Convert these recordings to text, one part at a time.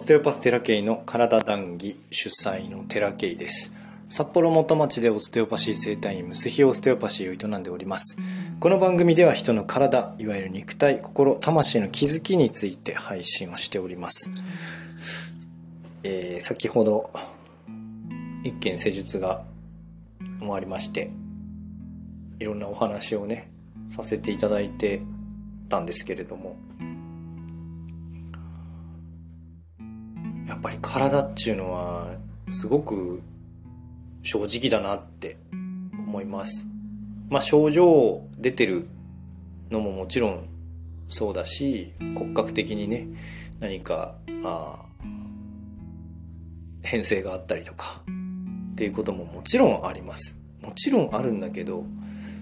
ステオパステラケイの体談義主催のテラケイです。札幌元町でオステオパシー整体院ムスヒオステオパシーを営んでおります。この番組では人の体、いわゆる肉体、心、魂の気づきについて配信をしております。先ほど一件施術が終わりまして、いろんなお話をねさせていただいてたんですけれども、やっぱり体っていうのはすごく正直だなって思います。症状出てるのももちろんそうだし、骨格的にね何か変性があったりとかっていうことももちろんあります。もちろんあるんだけど、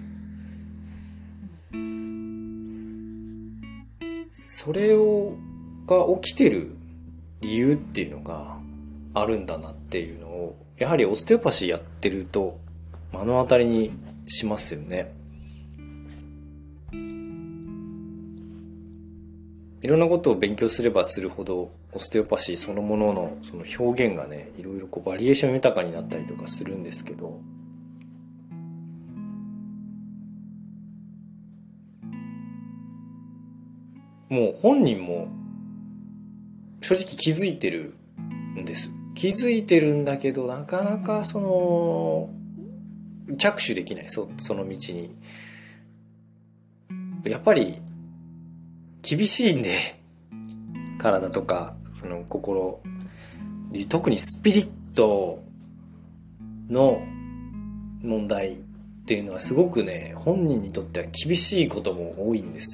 それが起きてる理由っていうのがあるんだなっていうのを、やはりオステオパシーやってると目の当たりにしますよね。いろんなことを勉強すればするほどオステオパシーそのもののその表現がね、いろいろバリエーション豊かになったりとかするんですけど、もう本人も正直気づいてるんです。気づいてるんだけど、なかなか着手できない、その道に。やっぱり厳しいんで、体とかその心、特にスピリットの問題っていうのはすごくね、本人にとっては厳しいことも多いんです。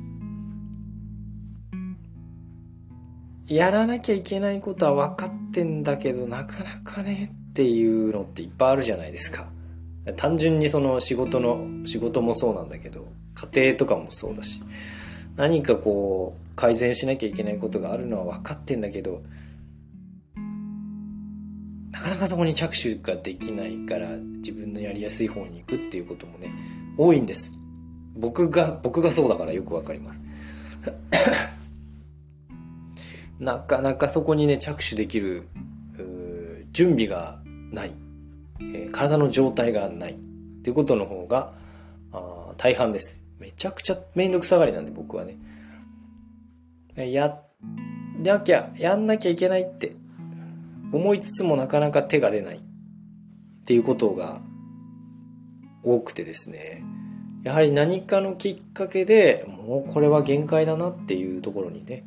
やらなきゃいけないことは分かってんだけど、なかなかねっていうのっていっぱいあるじゃないですか。単純にその仕事もそうなんだけど、家庭とかもそうだし、何かこう改善しなきゃいけないことがあるのは分かってんだけど、なかなかそこに着手ができないから、自分のやりやすい方に行くっていうこともね多いんです。僕がそうだからよく分かります。なかなかそこにね着手できる準備がない、体の状態がないっていうことの方が大半です。めちゃくちゃめんどくさがりなんで、僕はねやんなきゃいけないって思いつつもなかなか手が出ないっていうことが多くてですね、やはり何かのきっかけでもうこれは限界だなっていうところにね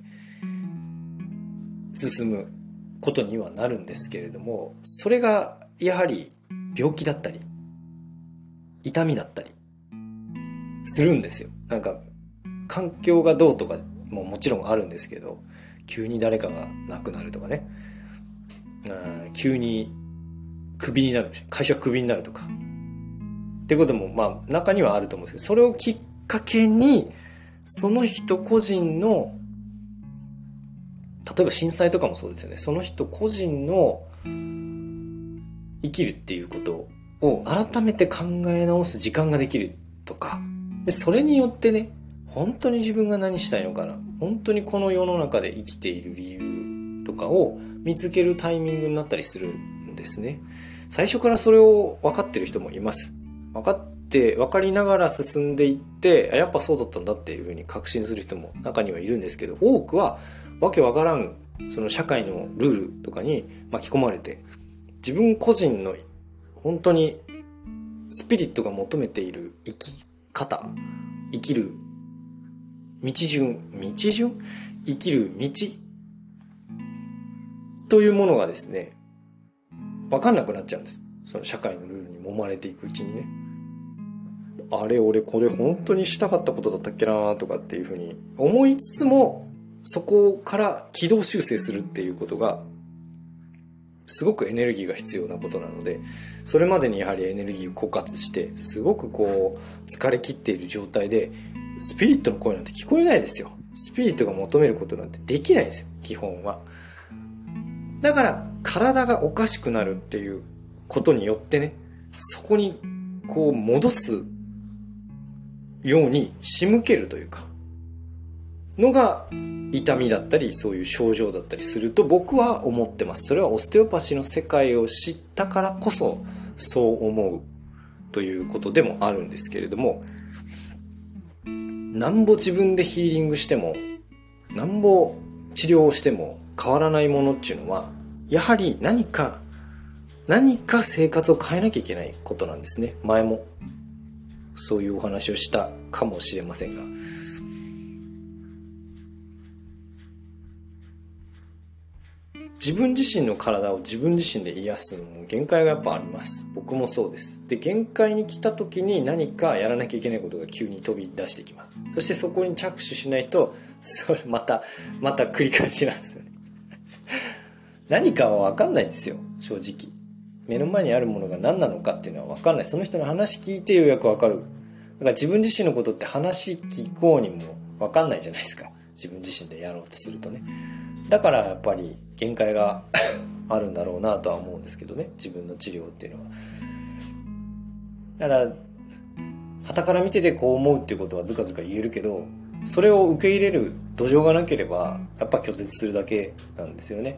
進むことにはなるんですけれども、それがやはり病気だったり痛みだったりするんですよ。なんか環境がどうとかももちろんあるんですけど、急に誰かが亡くなるとかね、急にクビになる、会社クビになるとかってことも中にはあると思うんですけど、それをきっかけにその人個人の、例えば震災とかもそうですよね、その人個人の生きるっていうことを改めて考え直す時間ができるとかで、それによってね、本当に自分が何したいのかな、本当にこの世の中で生きている理由とかを見つけるタイミングになったりするんですね。最初からそれを分かってる人もいます。分かりながら進んでいって、やっぱそうだったんだっていうふうに確信する人も中にはいるんですけど、多くはわけわからんその社会のルールとかに巻き込まれて、自分個人の本当にスピリットが求めている生き方、生きる道順、生きる道というものがですね分かんなくなっちゃうんです。その社会のルールに揉まれていくうちにね、あれ俺これ本当にしたかったことだったっけなとかっていうふうに思いつつも、そこから軌道修正するっていうことがすごくエネルギーが必要なことなので、それまでにやはりエネルギーを枯渇して、すごくこう疲れ切っている状態でスピリットの声なんて聞こえないですよ。スピリットが求めることなんてできないですよ、基本は。だから体がおかしくなるっていうことによってね、そこにこう戻すように仕向けるというか、 のが痛みだったりそういう症状だったりすると僕は思ってます。それはオステオパシーの世界を知ったからこそそう思うということでもあるんですけれども、なんぼ自分でヒーリングしてもなんぼ治療をしても変わらないものっていうのはやはり何か生活を変えなきゃいけないことなんですね。前もそういうお話をしたかもしれませんが、自分自身の体を自分自身で癒すのも限界がやっぱあります。僕もそうです。で、限界に来た時に何かやらなきゃいけないことが急に飛び出してきます。そしてそこに着手しないとそれまた繰り返しなんですよね。何かは分かんないんですよ、正直。目の前にあるものが何なのかっていうのは分かんない。その人の話聞いてようやく分かる。だから自分自身のことって話聞こうにも分かんないじゃないですか、自分自身でやろうとするとね。だからやっぱり限界があるんだろうなとは思うんですけどね、自分の治療っていうのは。だから傍から見ててこう思うっていうことはずかずか言えるけど、それを受け入れる土壌がなければやっぱ拒絶するだけなんですよね。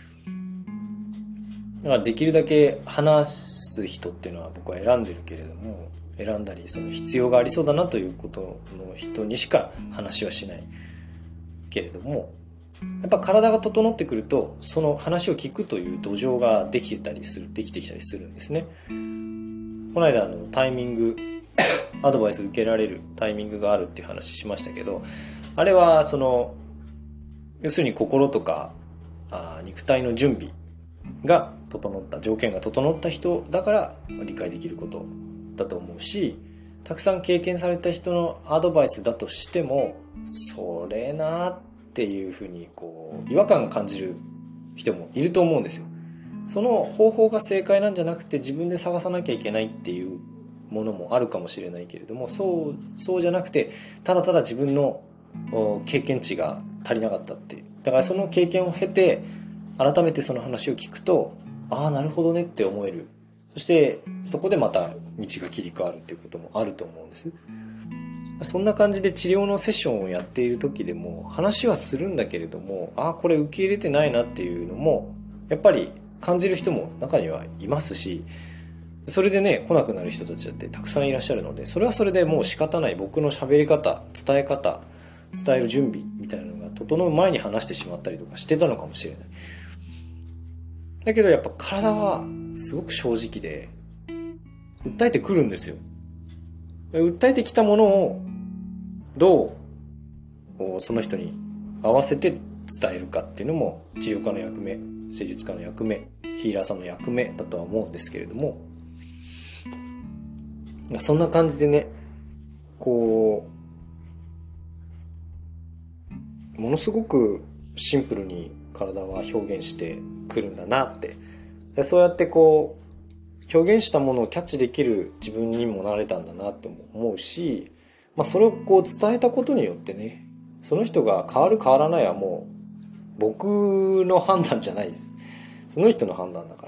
だからできるだけ話す人っていうのは僕は選んでるけれども、選んだりその必要がありそうだなということの人にしか話はしないけれども、やっぱ体が整ってくるとその話を聞くという土壌ができてきたりするんですね。この間タイミングアドバイスを受けられるタイミングがあるっていう話しましたけど、あれは要するに心とか肉体の準備が整った、条件が整った人だから理解できることだと思うし、たくさん経験された人のアドバイスだとしてもそれなっていうふうに違和感を感じる人もいると思うんですよ。その方法が正解なんじゃなくて自分で探さなきゃいけないっていうものもあるかもしれないけれども、そうじゃなくてただただ自分の経験値が足りなかったって、だからその経験を経て改めてその話を聞くと、ああなるほどねって思える。そしてそこでまた道が切り替わるっていうこともあると思うんです。そんな感じで治療のセッションをやっている時でも話はするんだけれども、これ受け入れてないなっていうのもやっぱり感じる人も中にはいますし、それでね来なくなる人たちだってたくさんいらっしゃるので、それはそれでもう仕方ない。僕の喋り方、伝え方、伝える準備みたいなのが整う前に話してしまったりとかしてたのかもしれない。だけどやっぱ体はすごく正直で訴えてくるんですよ。訴えてきたものをどうその人に合わせて伝えるかっていうのも治療家の役目、施術家の役目、ヒーラーさんの役目だとは思うんですけれども、そんな感じでね、ものすごくシンプルに体は表現してくるんだなって。でそうやって表現したものをキャッチできる自分にもなれたんだなって思うし、それを伝えたことによってね、その人が変わる変わらないはもう僕の判断じゃないです。その人の判断だから、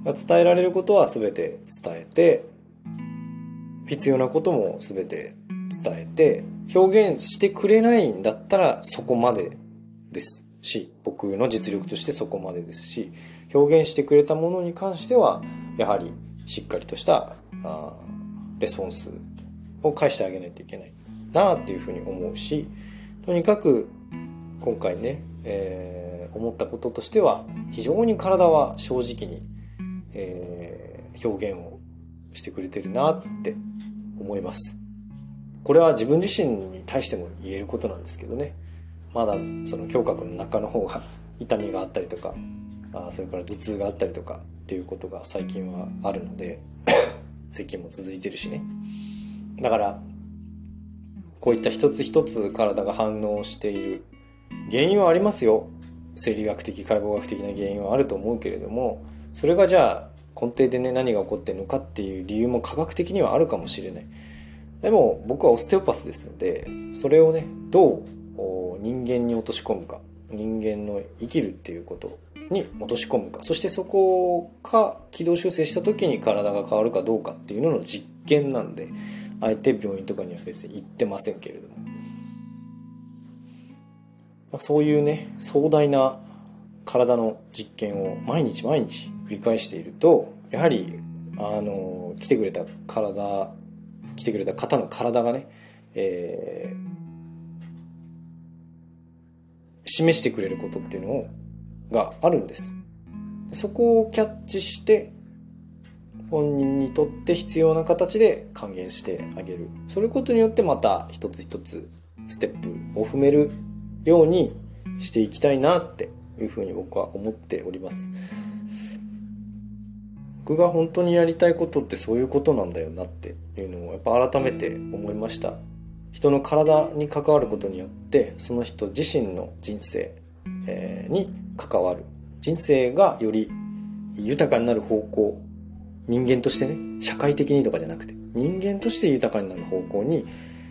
伝えられることは全て伝えて、必要なことも全て伝えて、表現してくれないんだったらそこまでですし、僕の実力としてそこまでですし、表現してくれたものに関してはやはりしっかりとしたレスポンスを返してあげないといけないなっていうふうに思うし、とにかく今回ね、思ったこととしては非常に体は正直に、表現をしてくれてるなって思います。これは自分自身に対しても言えることなんですけどね、まだその胸郭の中の方が痛みがあったりとか、それから頭痛があったりとかっていうことが最近はあるので咳も続いてるしね。だからこういった一つ一つ体が反応している原因はありますよ。生理学的解剖学的な原因はあると思うけれども、それがじゃあ根底でね何が起こってるのかっていう理由も科学的にはあるかもしれない。でも僕はオステオパスですので、それをねどう人間に落とし込むか、人間の生きるっていうことに落とし込むか、そしてそこが軌道修正した時に体が変わるかどうかっていうのの実験なんで、あえて病院とかには別に行ってませんけれども、 そういうね壮大な体の実験を毎日毎日繰り返していると、やはり来てくれた方の体がね、示してくれることっていうのがあるんです。そこをキャッチして本人にとって必要な形で還元してあげる。それことによってまた一つ一つステップを踏めるようにしていきたいなっていうふうに僕は思っております。僕が本当にやりたいことってそういうことなんだよなっていうのをやっぱ改めて思いました。人の体に関わることによってその人自身の人生、に関わる、人生がより豊かになる方向、人間としてね、社会的にとかじゃなくて人間として豊かになる方向に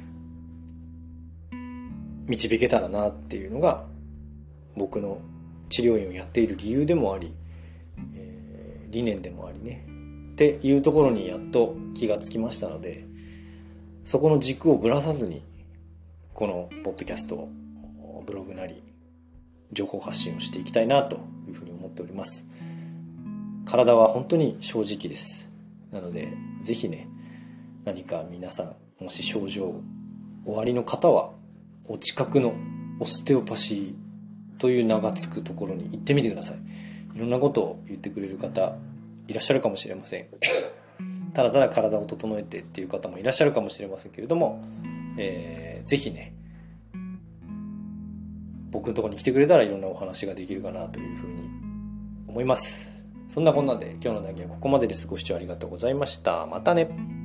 導けたらなっていうのが僕の治療院をやっている理由でもあり、理念でもありねっていうところにやっと気がつきましたので、そこの軸をぶらさずにこのポッドキャストをブログなり情報発信をしていきたいなというふうに思っております。体は本当に正直です。なのでぜひね、何か皆さんもし症状おありの方はお近くのオステオパシーという名がつくところに行ってみてください。いろんなことを言ってくれる方いらっしゃるかもしれません。ただただ体を整えてっていう方もいらっしゃるかもしれませんけれども、ぜひね僕のところに来てくれたらいろんなお話ができるかなというふうに思います。そんなこんなで今日の談義はここまでです。ご視聴ありがとうございました。またね。